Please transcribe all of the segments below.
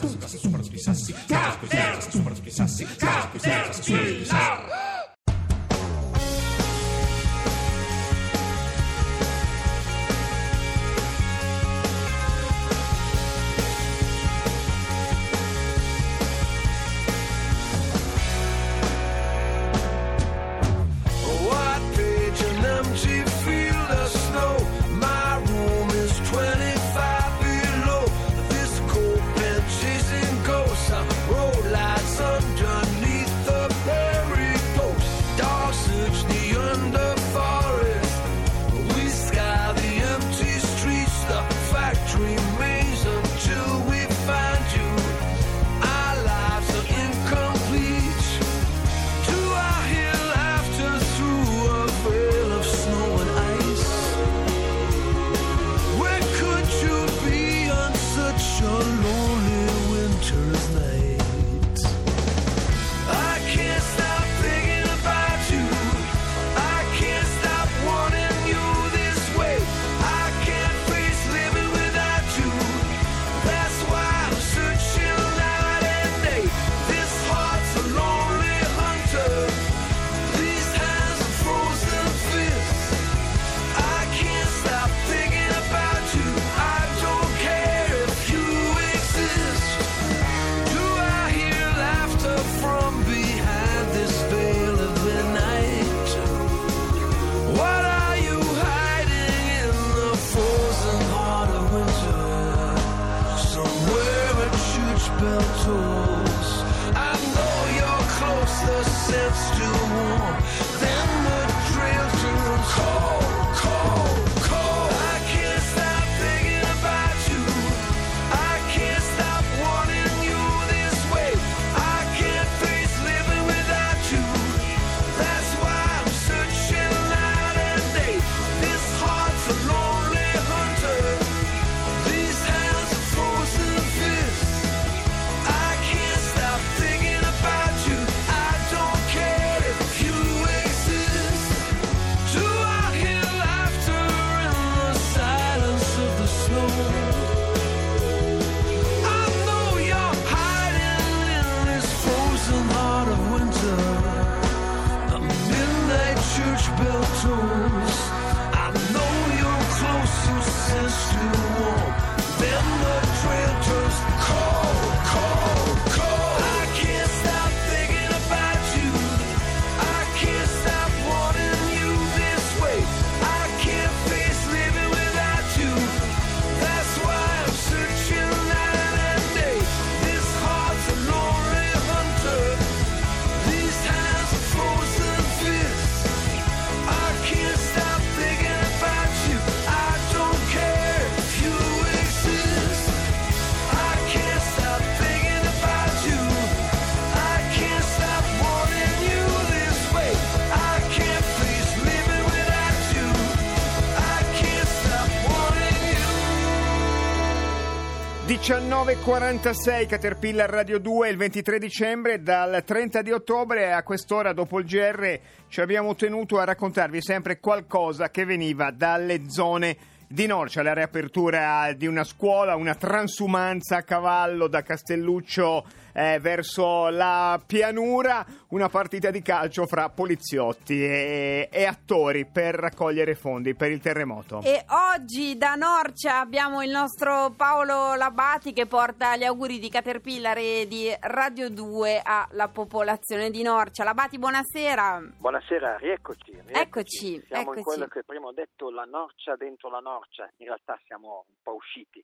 19:46 Caterpillar Radio 2, il 23 dicembre. Dal 30 di ottobre a quest'ora, dopo il GR, ci abbiamo tenuto a raccontarvi sempre qualcosa che veniva dalle zone di Norcia. La riapertura di una scuola, una transumanza a cavallo da Castelluccio verso la pianura, una partita di calcio fra poliziotti e attori per raccogliere fondi per il terremoto. E oggi da Norcia abbiamo il nostro Paolo Labati che porta gli auguri di Caterpillar e di Radio 2 alla popolazione di Norcia. Labati, buonasera. Buonasera, rieccoci. Eccoci. Siamo in quello che prima ho detto, la Norcia dentro la Norcia. In realtà siamo un po' usciti.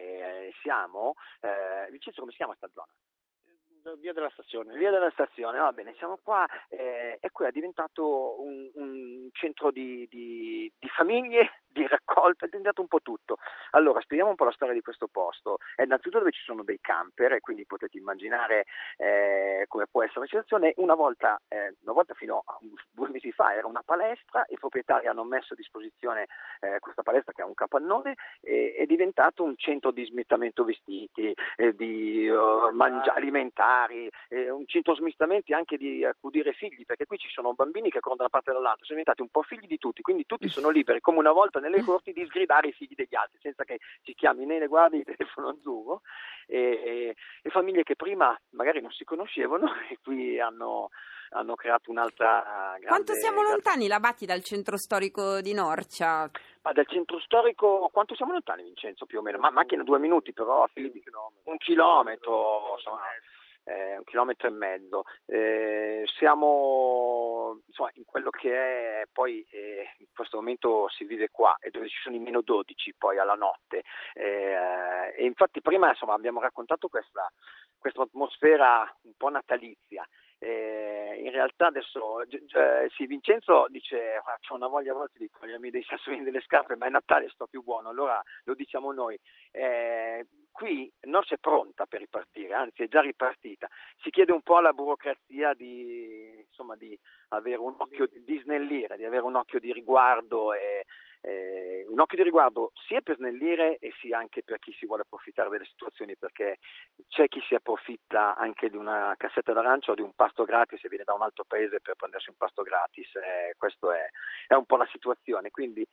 Siamo, Vincenzo, come si chiama sta zona? Via della stazione, va bene, siamo qua e qui è diventato un centro di famiglie, di raccolta, è diventato un po' tutto. Allora, spieghiamo un po' la storia di questo posto. È innanzitutto dove ci sono dei camper e quindi potete immaginare come può essere la situazione. Una volta fino a 2 mesi fa era una palestra, i proprietari hanno messo a disposizione questa palestra che ha un capannone e è diventato un centro di smistamento vestiti, di alimentari, un centro smistamenti anche di accudire figli, perché qui ci sono bambini che corrono da una parte e dall'altra, sono diventati un po' figli di tutti, quindi tutti sono liberi come una volta nelle corti di sgridare i figli degli altri senza che si chiami né le guardie di telefono azzurro, e famiglie che prima magari non si conoscevano e qui hanno creato un'altra grande... Quanto siamo lontani, Labati, dal centro storico di Norcia? Ma dal centro storico quanto siamo lontani, Vincenzo, più o meno? Ma macchina 2 minuti, però un chilometro, insomma, 1,5 chilometri. Siamo insomma in quello che è poi in questo momento si vive qua, e dove ci sono i -12 poi alla notte, e infatti prima insomma abbiamo raccontato questa atmosfera un po' natalizia. In realtà adesso sì, Vincenzo dice c'ho una voglia a volte di togliermi dei sassolini delle scarpe, ma è Natale, sto più buono, allora lo diciamo noi. Qui Norcia è pronta per ripartire, anzi è già ripartita. Si chiede un po' alla burocrazia di avere un occhio, di snellire, di avere un occhio di riguardo, un occhio di riguardo sia per snellire e sia anche per chi si vuole approfittare delle situazioni, perché c'è chi si approfitta anche di una cassetta d'arancia o di un pasto gratis e viene da un altro paese per prendersi un pasto gratis. Questo è un po' la situazione, quindi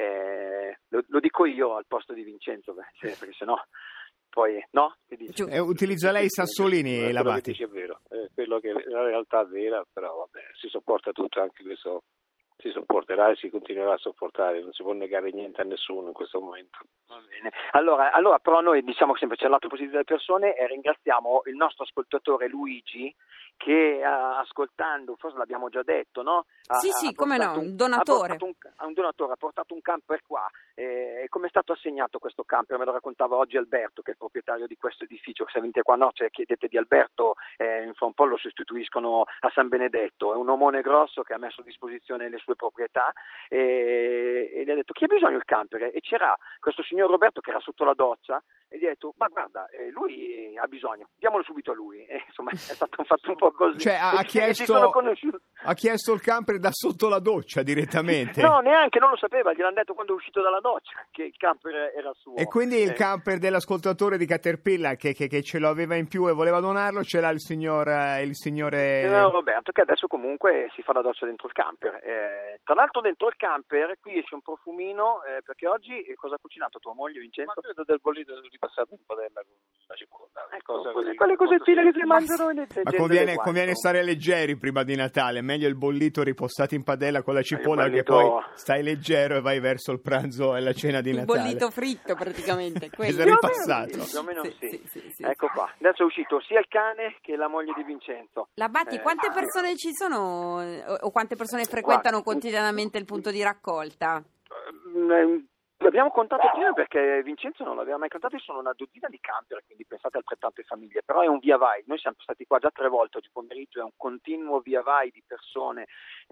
lo dico io al posto di Vincenzo, perché sennò poi no? Utilizza lei i sassolini, Labati? È vero, quello che la realtà è vera, però vabbè, si sopporta tutto, anche questo si sopporterà e si continuerà a sopportare, non si può negare niente a nessuno in questo momento. Va bene. Allora però noi diciamo sempre c'è il lato positivo delle persone, e ringraziamo il nostro ascoltatore Luigi che ascoltando, forse l'abbiamo già detto, no? Sì, come no, un donatore. Ha portato un camper qua. E come è stato assegnato questo camper? Me lo raccontava oggi Alberto, che è il proprietario di questo edificio. Se venite qua a Norcia e chiedete di Alberto, fra un po' lo sostituiscono a San Benedetto. È un omone grosso che ha messo a disposizione le sue proprietà, e gli ha detto: chi ha bisogno del camper? E c'era questo signor Roberto che era sotto la doccia, e gli ha detto: ma guarda, lui ha bisogno, diamolo subito a lui. E, insomma, è stato fatto un po' così. Cioè ha chiesto il camper da sotto la doccia direttamente? No, neanche, non lo sapeva, gliel'hanno detto quando è uscito dalla doccia che il camper era suo. E quindi il camper dell'ascoltatore di Caterpillar che ce lo aveva in più e voleva donarlo, ce l'ha il signore Roberto, che adesso comunque si fa la doccia dentro il camper. Tra l'altro dentro il camper qui esce un profumino, perché oggi cosa ha cucinato tua moglie, Vincenzo? Ma credo del bollito ripassato in padella con la cipolla. Quelle cosettine che si mangiano. Ma conviene stare leggeri prima di Natale, meglio il bollito riposato in padella con la cipolla, che poi stai leggero e vai verso il pranzo e la cena di Natale. Il bollito fritto praticamente. È ripassato. Più o meno sì. Ecco qua, adesso è uscito sia il cane che la moglie di Vincenzo. Labati, quante persone ci sono o quante persone frequentano quotidianamente il punto di raccolta? L'abbiamo contato prima perché Vincenzo non l'aveva mai contato, sono una dozzina di camper, quindi pensate altrettante famiglie, però è un via vai. Noi siamo stati qua già 3 volte oggi pomeriggio, è un continuo via vai di persone.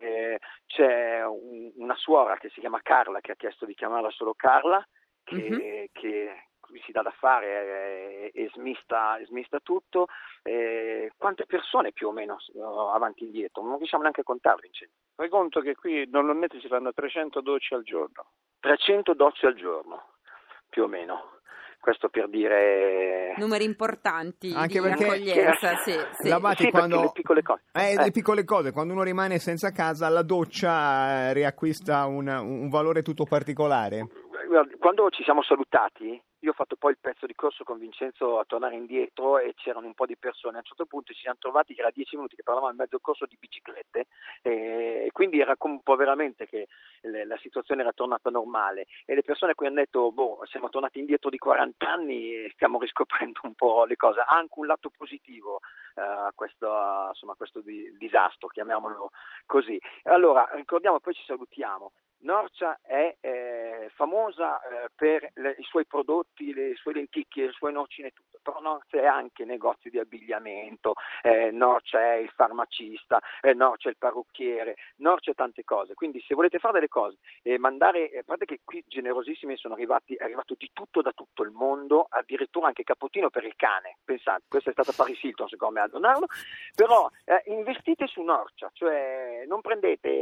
C'è una suora che si chiama Carla, che ha chiesto di chiamarla solo Carla, che si dà da fare e smista tutto. Quante persone più o meno avanti e indietro? Non riusciamo neanche a contarle, Vincenzo. Fai conto che qui normalmente si fanno 300 docce al giorno. 300 docce al giorno, più o meno. Questo per dire numeri importanti anche di accoglienza. Labati, quando le piccole cose. Le piccole cose, quando uno rimane senza casa, la doccia riacquista un valore tutto particolare. Quando ci siamo salutati, io ho fatto poi il pezzo di corso con Vincenzo a tornare indietro e c'erano un po' di persone. A un certo punto ci siamo trovati che era 10 minuti che parlavamo in mezzo al corso di biciclette, e quindi era come un po' veramente che la situazione era tornata normale, e le persone qui hanno detto: siamo tornati indietro di 40 anni e stiamo riscoprendo un po' le cose. Ha anche un lato positivo questo disastro, chiamiamolo così. Allora ricordiamo, poi ci salutiamo. Norcia è famosa per i suoi prodotti, le sue lenticchie, le sue noci e tutto, però Norcia è anche negozi di abbigliamento, Norcia è il farmacista, Norcia è il parrucchiere, Norcia è tante cose. Quindi se volete fare delle cose e mandare, a parte che qui generosissimi è arrivato di tutto da tutto il mondo, addirittura anche cappottino per il cane, pensate, questa è stata Paris Hilton secondo me a donarlo, però investite su Norcia, cioè non prendete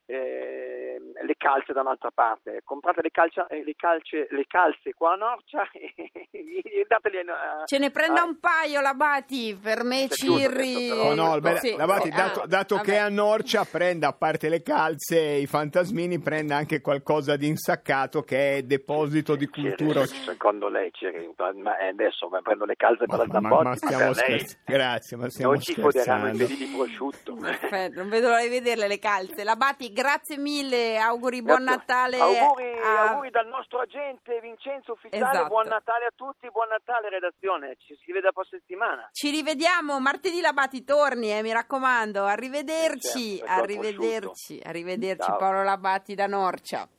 le calze da un'altra parte. Comprate le calze qua a Norcia e dateli ce ne prenda un paio l'Abati per me, Cirri. L'Abati, dato che è a Norcia, prenda, a parte le calze e i fantasmini, prenda anche qualcosa di insaccato che è deposito di cultura. Secondo lei, ma adesso prendo le calze per la Zambotti? Ma stiamo scherzando. Grazie, ma stiamo scherzando. Non ci foderanno i piedi di prosciutto. Perfetto, non vedo l'ora di vederle le calze. L'Abati, grazie mille, auguri, buon Natale. Auguri dal nostro agente Vincenzo Ufficiale, esatto. Buon Natale a tutti, buon Natale redazione, ci si vede la prossima settimana. Ci rivediamo, martedì l'Abati torni, mi raccomando, arrivederci, certo, arrivederci Ciao. Paolo L'Abati da Norcia.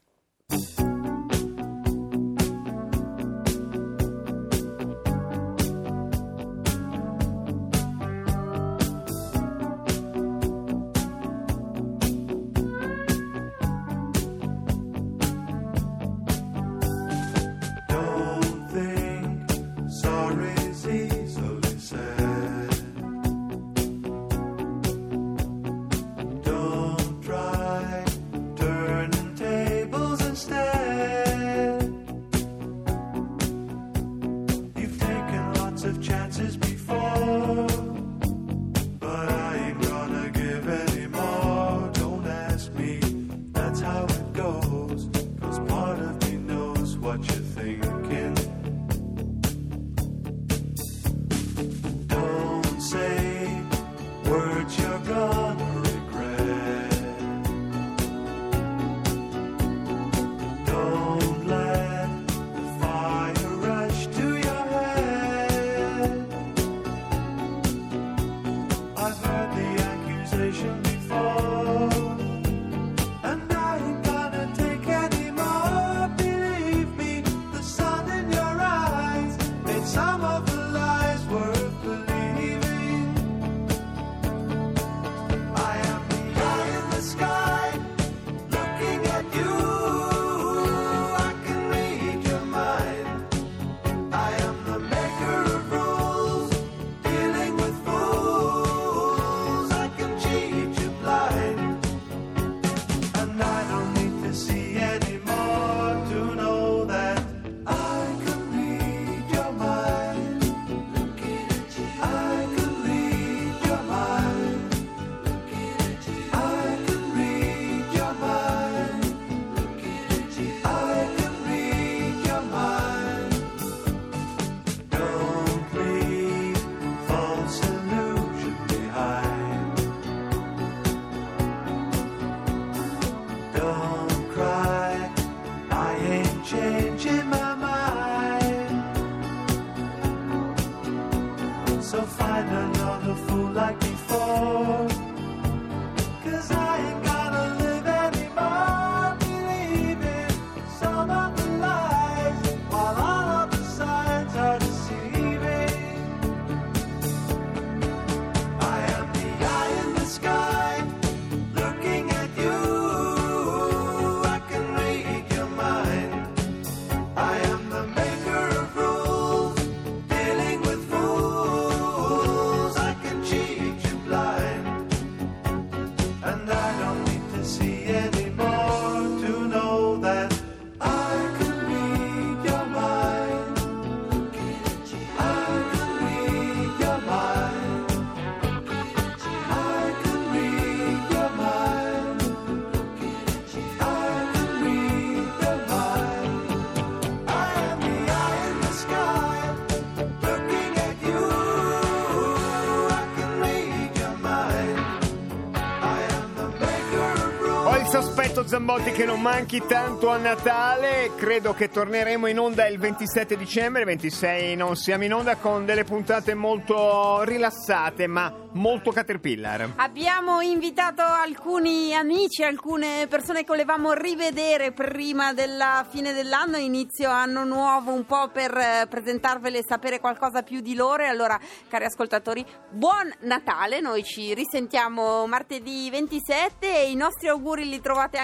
Sospetto, Zambotti, che non manchi tanto a Natale. Credo che torneremo in onda il 27 dicembre, 26 non siamo in onda, con delle puntate molto rilassate ma molto Caterpillar. Abbiamo invitato alcuni amici, alcune persone che volevamo rivedere prima della fine dell'anno, inizio anno nuovo, un po' per presentarvele e sapere qualcosa più di loro. E allora, cari ascoltatori, buon Natale, noi ci risentiamo martedì 27 e i nostri auguri li trovate anche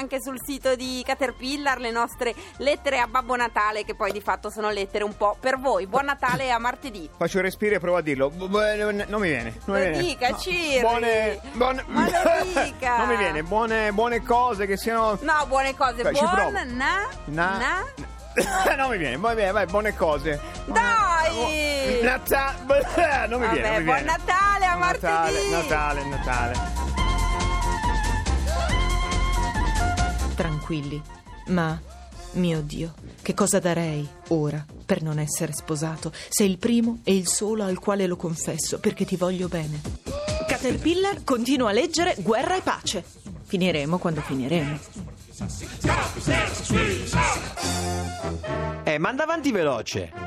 anche sul sito di Caterpillar le nostre lettere a Babbo Natale, che poi di fatto sono lettere un po' per voi. Buon Natale a martedì. Faccio un respiro e provo a dirlo. Non mi viene. Lo dica, Ciri. Ma lo dica. Non mi viene. Buone cose che siano... No, buone cose. Ci provo. Non mi viene. Vai, buone cose. Dai! Non mi viene. Buon Natale a martedì. Natale. Tranquilli, ma, mio Dio, che cosa darei ora per non essere sposato? Sei il primo e il solo al quale lo confesso, perché ti voglio bene. Caterpillar continua a leggere Guerra e Pace. Finiremo quando finiremo. Manda avanti veloce.